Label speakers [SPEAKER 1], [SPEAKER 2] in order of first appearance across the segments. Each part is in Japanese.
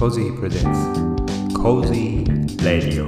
[SPEAKER 1] Cozy presents Cozy Radio。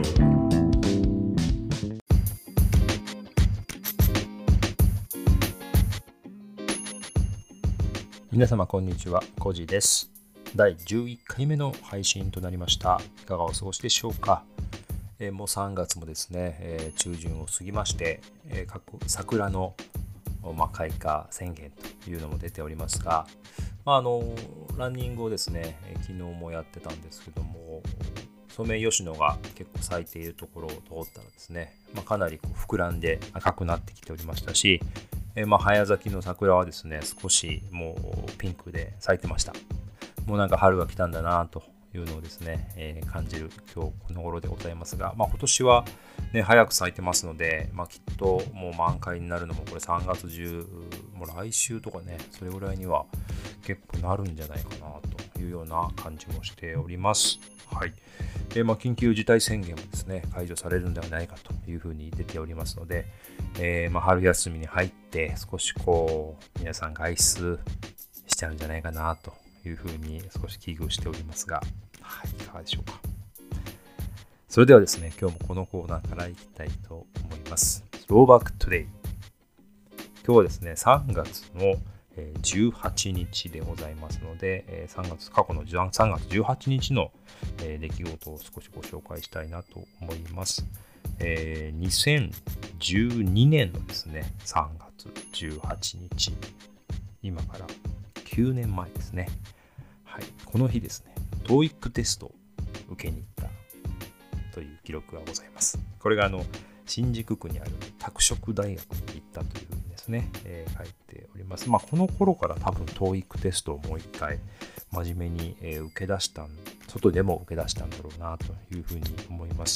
[SPEAKER 1] 皆様こんにちは、コジです。第11回目の配信となりました。いかがお過ごしでしょうか。もう3月もですね、中旬を過ぎまして、桜の、開花宣言というのも出ておりますが、ランニングをですね、昨日もやってたんですけども、ソメイヨシノが結構咲いているところを通ったらですね、かなり膨らんで赤くなってきておりましたし、早咲きの桜はですね、少しもうピンクで咲いてました。もうなんか春が来たんだなというのをですね、感じる今日この頃でございますが、今年は、ね、早く咲いてますので、きっともう満開になるのもこれ3月中、もう来週とかね、それぐらいには結構なるんじゃないかなというような感じもしております。はい。緊急事態宣言もですね、解除されるのではないかというふうに出ておりますので、春休みに入って少し皆さん外出しちゃうんじゃないかなというふうに少し危惧しておりますが、はい、いかがでしょうか。それではですね、今日もこのコーナーからいきたいと思います。Throwback Today。今日はですね、3月の18日でございますので、過去の3月18日の出来事を少しご紹介したいなと思います。2012年のですね、3月18日、今から9年前ですね。はい、この日ですね、TOEIC テストを受けに行ったという記録がございます。これが新宿区にある拓殖大学に行ったというふうにですね、書いております。この頃から多分 TOEIC テストをもう一回真面目に外でも受け出したんだろうなというふうに思います。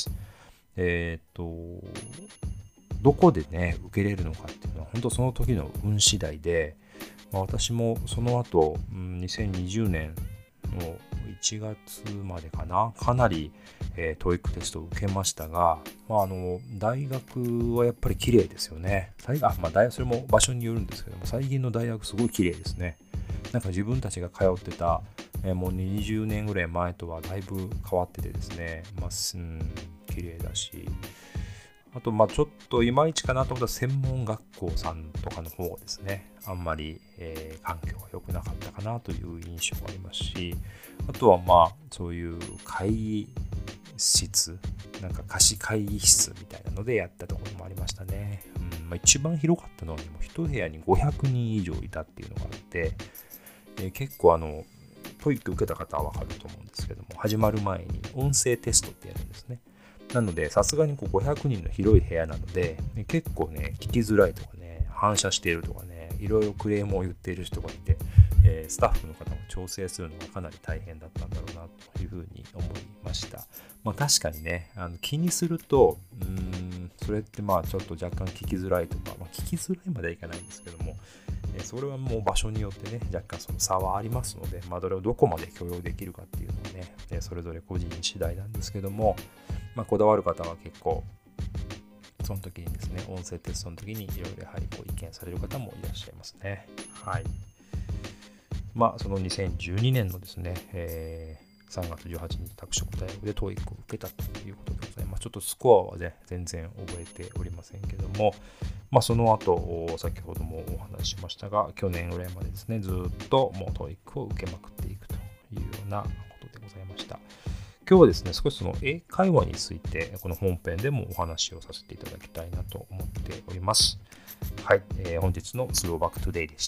[SPEAKER 1] どこでね受けれるのかっていうのは本当その時の運次第で、私もその後、2020年の1月までかなり、TOEIC テストを受けましたが、大学はやっぱり綺麗ですよね。それも場所によるんですけども、最近の大学すごい綺麗ですね。なんか自分たちが通ってた、もう20年ぐらい前とはだいぶ変わっててですね、綺麗だし、あとちょっといまいちかなと思ったら専門学校さんとかの方がですね、あんまり、環境が良くなかったかなという印象がありますし、あとはそういう会議室、なんか貸し会議室みたいなのでやったところもありましたね。一番広かったのは一部屋に500人以上いたっていうのがあって、結構TOEIC 受けた方は分かると思うんですけども、始まる前に音声テストってやるんですね。なのでさすがに500人の広い部屋なので、結構ね聞きづらいとかね、反射しているとかね、いろいろクレームを言っている人がいて、スタッフの方も調整するのがかなり大変だったんだろうなというふうに思いました。確かにね、気にするとそれってちょっと若干聞きづらいとか、聞きづらいまではいかないんですけども、それはもう場所によってね若干その差はありますので、どれをどこまで許容できるかっていうのはね、それぞれ個人次第なんですけども、こだわる方は結構その時にですね、音声テストの時にいろいろやはり意見される方もいらっしゃいますね。はい。その2012年のですね、3月18日拓殖大学で TOEIC を受けたということでございます。ちょっとスコアはね全然覚えておりませんけども、その後先ほどもお話ししましたが、去年ぐらいまでですねずっともう TOEIC を受けまくっていくというようなことでございました。今日はですね、少しその英会話についてこの本編でもお話をさせていただきたいなと思っております。はい、本日の Throwback Today でした。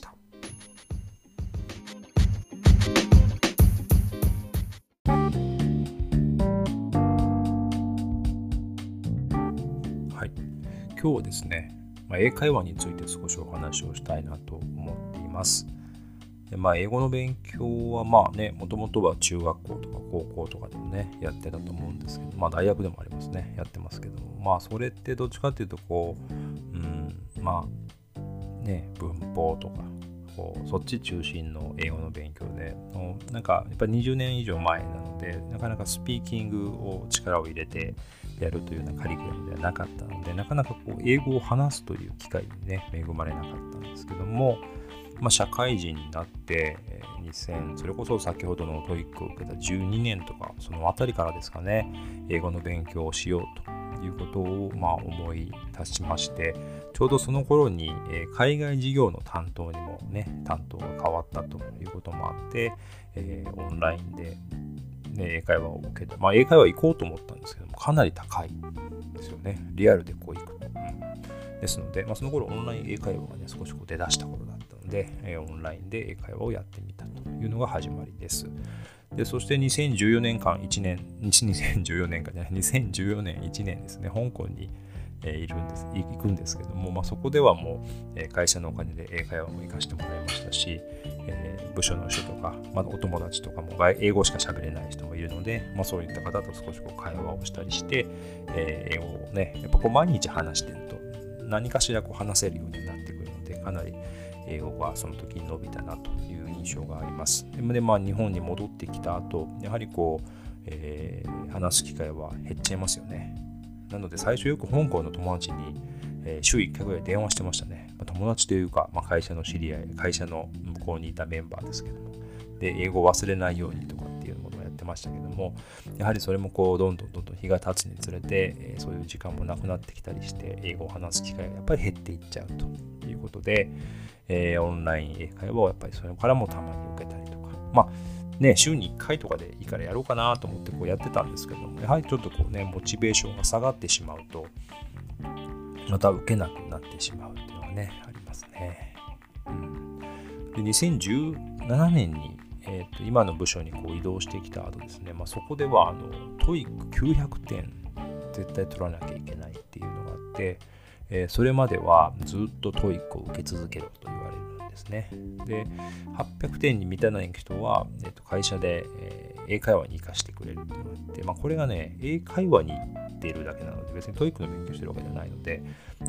[SPEAKER 1] はい、今日はですね、英会話について少しお話をしたいなと思っています。英語の勉強はもともとは中学校とか高校とかでもねやってたと思うんですけど、大学でもありますね、やってますけども、それってどっちかっていうと文法とかそっち中心の英語の勉強で、なんかやっぱり20年以上前なので、なかなかスピーキングを力を入れてやるというようなカリキュラムではなかったので、なかなか英語を話すという機会にね恵まれなかったんですけども、 社会人になって、それこそ先ほどのトイックを受けた12年とか、そのあたりからですかね、英語の勉強をしようということを思い出しまして、ちょうどその頃に、海外事業の担当にもね、担当が変わったということもあって、オンラインで、英会話を受けて、英会話行こうと思ったんですけども、かなり高いですよね。リアルでこう行くと。ですので、その頃オンライン英会話がね、少し出だした頃だったので、オンラインで英会話をやってみたというのが始まりです。で、そして2014年間2014年間じゃない、2014年1年ですね、香港に行くんですけども、そこではもう会社のお金で英会話も行かせてもらいましたし、部署の人とか、お友達とかも英語しか喋れない人もいるので、そういった方と少し会話をしたりして、英語をね、やっぱ毎日話してると何かしら話せるようになってくるので、かなり英語がその時に伸びたなという印象があります。で、日本に戻ってきた後、やはり話す機会は減っちゃいますよね。なので最初よく香港の友達に、週1回ぐらい電話してましたね。友達というか、会社の知り合い、会社の向こうにいたメンバーですけども、で英語を忘れないようにとかっていうものをやってましたけども、やはりそれもどんどん日が経つにつれて、そういう時間もなくなってきたりして、英語を話す機会がやっぱり減っていっちゃうということで、オンライン英会話をやっぱりそれからもたまに受けたりとか、週に1回とかでいいからやろうかなと思ってやってたんですけども、やはりちょっとモチベーションが下がってしまうと、また受けなくなってしまうっていうのがね、ありますね。で、2017年に、今の部署に移動してきた後ですね、そこではTOEIC900 点絶対取らなきゃいけないっていうのがあって、それまではずっと TOEIC を受け続けろと言われるんですね。で、800点に満たない人は、会社で、英会話に活かしてくれるっていうのがあって、これがね、英会話に行っているだけなので、別に TOEIC の勉強してるわけじゃないので、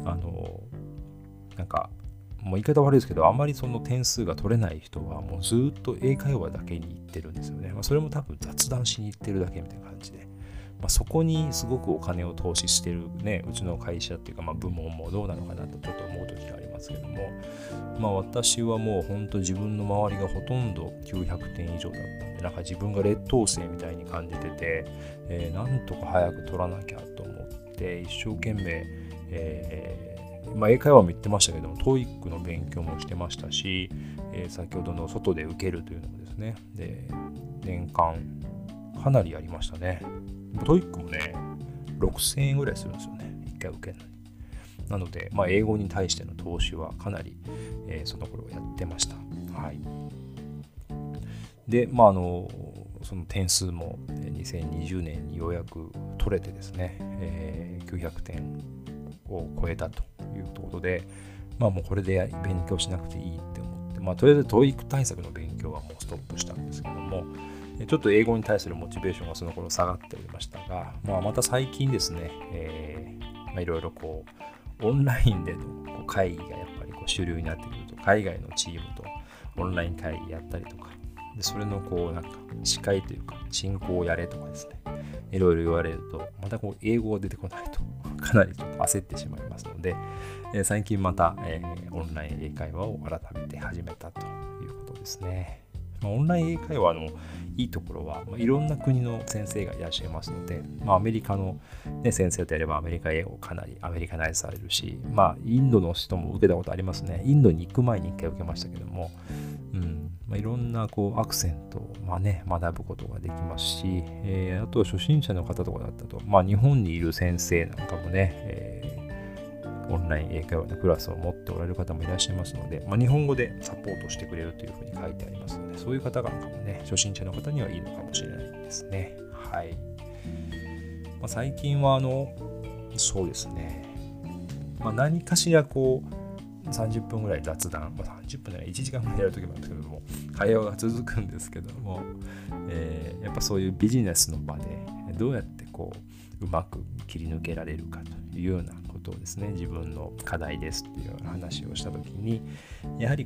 [SPEAKER 1] もう言い方悪いですけど、あまりその点数が取れない人はもうずっと英会話だけに行ってるんですよね。それも多分雑談しに行ってるだけみたいな感じで、そこにすごくお金を投資してるね、うちの会社っていうか、部門もどうなのかなとちょっと思う時がありますけども、私はもう本当自分の周りがほとんど900点以上だったんで、自分が劣等生みたいに感じてて、なんとか早く取らなきゃと思って一生懸命、英会話も言ってましたけども、TOEIC の勉強もしてましたし、先ほどの外で受けるというのもですね、で年間かなりやりましたね。TOEIC もね、6000円ぐらいするんですよね、1回受けるのに。なので、英語に対しての投資はかなり、その頃やってました。はい。で、その点数も2020年にようやく取れてですね、900点を超えたということで、もうこれで勉強しなくていいって思って、とりあえず TOEIC 対策の勉強はもうストップしたんですけども、ちょっと英語に対するモチベーションがその頃下がっておりましたが、また最近ですね、いろいろオンラインでの会議がやっぱり主流になってくると、海外のチームとオンライン会議やったりとか、でそれの司会というか進行をやれとかですね、いろいろ言われると、また英語が出てこないとかなりちょっと焦ってしまいますので、最近また、オンライン英会話を改めて始めたということですね。オンライン英会話のいいところは、いろんな国の先生がいらっしゃいますので、アメリカの、先生とやればアメリカ英語かなりアメリカナイズされるし、インドの人も受けたことありますね。インドに行く前に1回受けましたけども、いろんなアクセントを、学ぶことができますし、あと初心者の方とかだったと、日本にいる先生なんかもね、オンライン英会話のクラスを持っておられる方もいらっしゃいますので、日本語でサポートしてくれるというふうに書いてありますので、そういう方々もね、初心者の方にはいいのかもしれないですね。はい。最近はそうですね、何かしら30分ぐらい雑談、30分なら1時間ぐらいやるときもあるんですけども、会話が続くんですけども、やっぱそういうビジネスの場でどうやってうまく切り抜けられるかというようなことをですね、自分の課題ですっていうような話をしたときに、やはり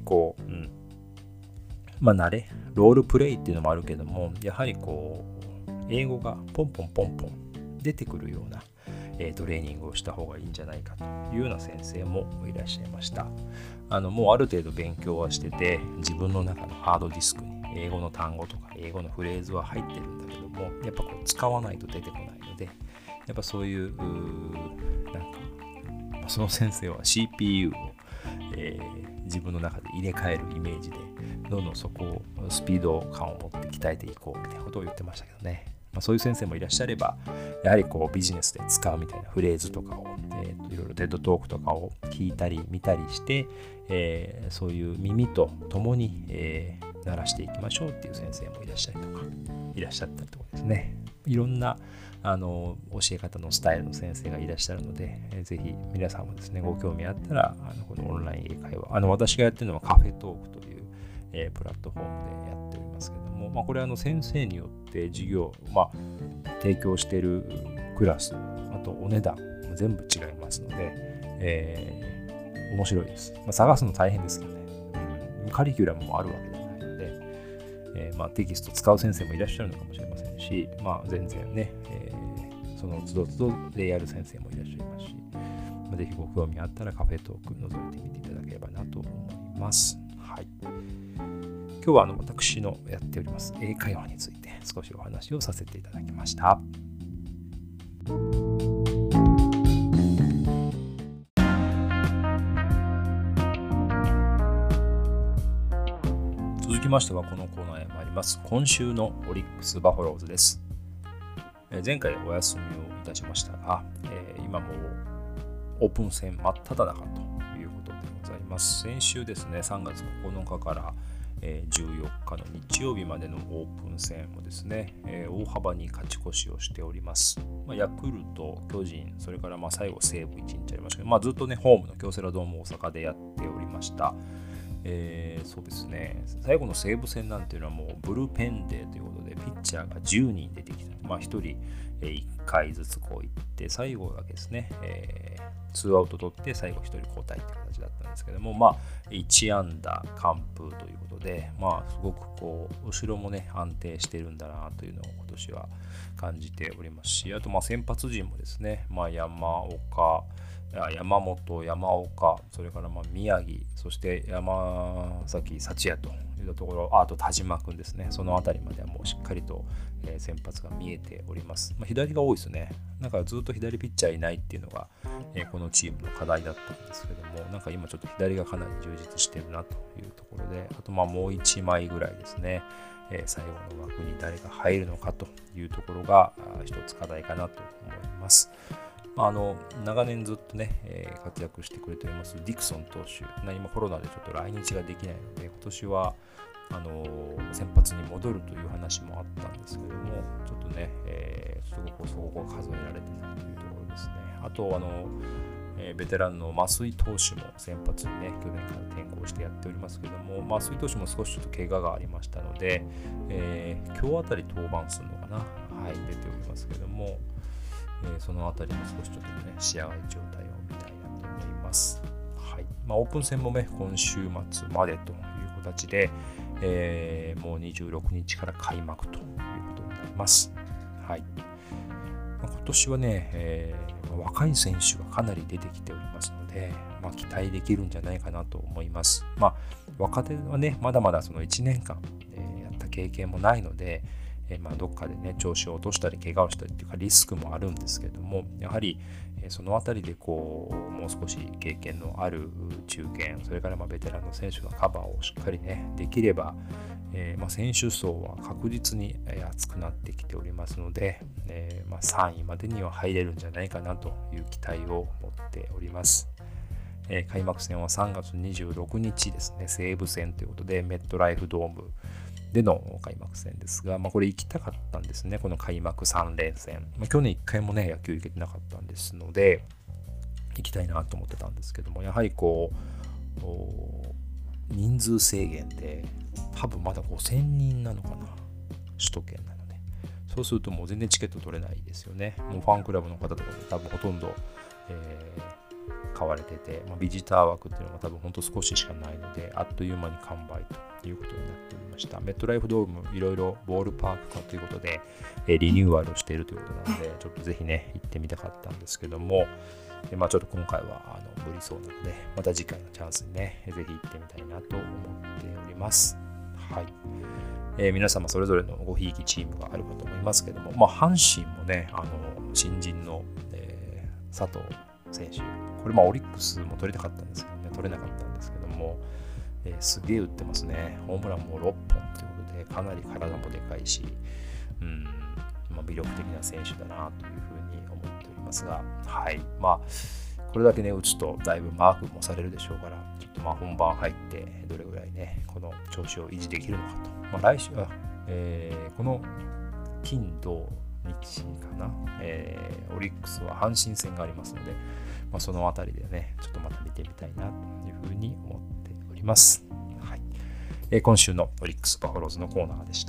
[SPEAKER 1] 慣れ、ロールプレイっていうのもあるけども、やはり英語がポンポンポンポン出てくるような、 トレーニングをした方がいいんじゃないかというような先生もいらっしゃいました。もうある程度勉強はしてて、自分の中のハードディスクに英語の単語とか英語のフレーズは入ってるんだけども、やっぱこう使わないと出てこないので、やっぱそういうその先生は CPU を、自分の中で入れ替えるイメージでどんどんそこをスピード感を持って鍛えていこうみたいなことを言ってましたけどね。そういう先生もいらっしゃれば、やはりこうビジネスで使うみたいなフレーズとかを、いろいろテッドトークとかを聞いたり見たりして、そういう耳と共に、鳴らしていきましょうっていう先生もいらっしゃったりとかですね。いろんな教え方のスタイルの先生がいらっしゃるので、ぜひ皆さんもですね、ご興味あったらこのオンライン英会話、私がやってるのはカフェトークという、プラットフォームでやっておりますけども、これは先生によって授業、提供しているクラス、あとお値段全部違いますので、面白いです。探すの大変ですけどね、カリキュラムもあるわけではないので、テキスト使う先生もいらっしゃるのかもしれませんし、全然ね、その都度都度でやる先生もいらっしゃいますし、ぜひご興味あったらカフェトーク覗いてみていただければなと思います。はい。今日は私のやっております英会話について少しお話をさせていただきました。続きましてはこのコーナーへ参ります。今週のオリックスバファローズです。前回お休みをいたしましたが、今もオープン戦真っ只中ということでございます。先週ですね、3月9日から14日の日曜日までのオープン戦もですね、大幅に勝ち越しをしております。ヤクルト、巨人、それから最後西武1日ありましたけど、ずっとね、ホームの京セラドーム大阪でやっておりました。そうですね、最後の西武戦なんていうのはもうブルペンデーということで、ピッチャーが10人出てきた。1人1回ずつこういって、最後だけですね、2アウト取って最後1人交代って形だったんですけども、1安打完封ということで、すごくこう後ろもね安定してるんだなというのを今年は感じておりますし、あと先発陣もですね、山本、山岡、それから宮城、そして山崎幸也というところ、あと田島君ですね、そのあたりまではもうしっかりと先発が見えております。左が多いですね。ずっと左ピッチャーいないっていうのがこのチームの課題だったんですけども、今ちょっと左がかなり充実してるなというところで、あともう1枚ぐらいですね、最後の枠に誰が入るのかというところが一つ課題かなと思います。長年ずっとね、活躍してくれておりますディクソン投手、今コロナでちょっと来日ができないので、今年は先発に戻るという話もあったんですけども、ちょっとね、すごくそこが数えられていないというところですね。あとベテランの増井投手も先発にね、去年から転向してやっておりますけども、増井投手も少しちょっと怪我がありましたので、今日あたり登板するのかな、出ておりますけども、そのあたりも少しちょっとね、仕上がり状態を見たいなと思います。オープン戦もね、今週末までという形で、もう26日から開幕ということになります。今年はね、若い選手がかなり出てきておりますので、期待できるんじゃないかなと思います。若手はね、まだまだその1年間、やった経験もないので、どっかでね調子を落としたり怪我をしたりっていうかリスクもあるんですけども、やはりそのあたりでもう少し経験のある中堅、それからベテランの選手のカバーをしっかりねできれば、選手層は確実に厚くなってきておりますので、3位までには入れるんじゃないかなという期待を持っております。開幕戦は3月26日ですね、西武戦ということでメットライフドームでの開幕戦ですが、これ行きたかったんですね、この開幕3連戦。去年1回もね野球行けてなかったんですので行きたいなと思ってたんですけども、やはり人数制限で多分まだ5000人なのかな、首都圏なので、そうするともう全然チケット取れないですよね。もうファンクラブの方とかで多分ほとんど、買われてて、ビジター枠っていうのが多分ほんと少ししかないので、あっという間に完売ということになっておりまました。メットライフドームいろいろボールパーク化ということで、リニューアルをしているということなので、ちょっとぜひね、行ってみたかったんですけども、ちょっと今回は無理そうなので、また次回のチャンスにね、ぜひ行ってみたいなと思っております。はい。皆様それぞれのごひいきチームがあるかと思いますけども、阪神もね、新人の、佐藤選手、これオリックスも取りたかったんですけどね、取れなかったんですけども、すげえ打ってますね。ホームランも6本ということで、かなり体もでかいし、魅力的な選手だなというふうに思っておりますが、はい。これだけね、打つとだいぶマークもされるでしょうから、ちょっと本番入ってどれぐらいね、この調子を維持できるのかと。来週は、この金土日かな、オリックスは阪神戦がありますので、そのあたりでね、ちょっとまた見てみたいなというふうに思っております。はい。今週のオリックスバファローズのコーナーでした。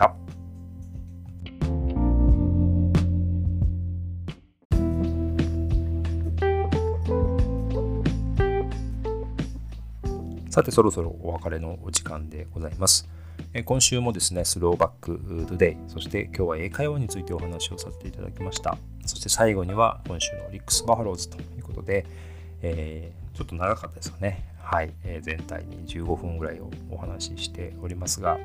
[SPEAKER 1] さてそろそろお別れのお時間でございます。今週もですね、スローバックトゥデイ、そして今日は英会話についてお話をさせていただきました。そして最後には今週のオリックスバファローズということで、ちょっと長かったですよね。はい、全体に15分ぐらいをお話ししておりますが、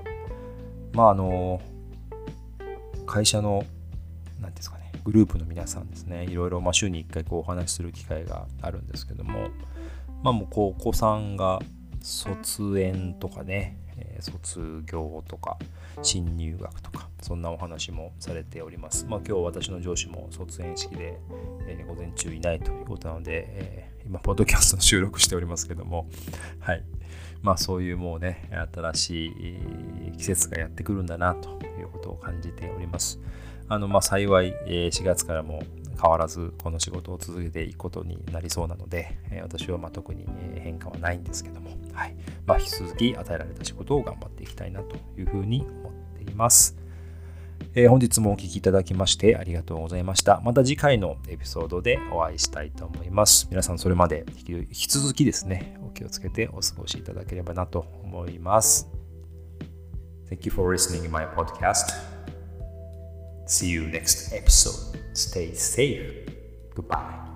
[SPEAKER 1] 会社の何ですかね、グループの皆さんですね、いろいろ週に1回お話しする機会があるんですけども、もうお子さんが卒園とかね、卒業とか新入学とか、そんなお話もされております。今日私の上司も卒園式で、午前中いないということなので、今ポッドキャストの収録しておりますけども、はい。そういうもうね、新しい季節がやってくるんだなということを感じております。幸い4月からも変わらずこの仕事を続けていくことになりそうなので、私は特に変化はないんですけども、はい。引き続き与えられた仕事を頑張っていきたいなというふうに思っています。本日もお聞きいただきましてありがとうございました。また次回のエピソードでお会いしたいと思います。皆さんそれまで引き続きですね、お気をつけてお過ごしいただければなと思います。Thank you for listening to my podcast.See you next episode. Stay safe. Goodbye.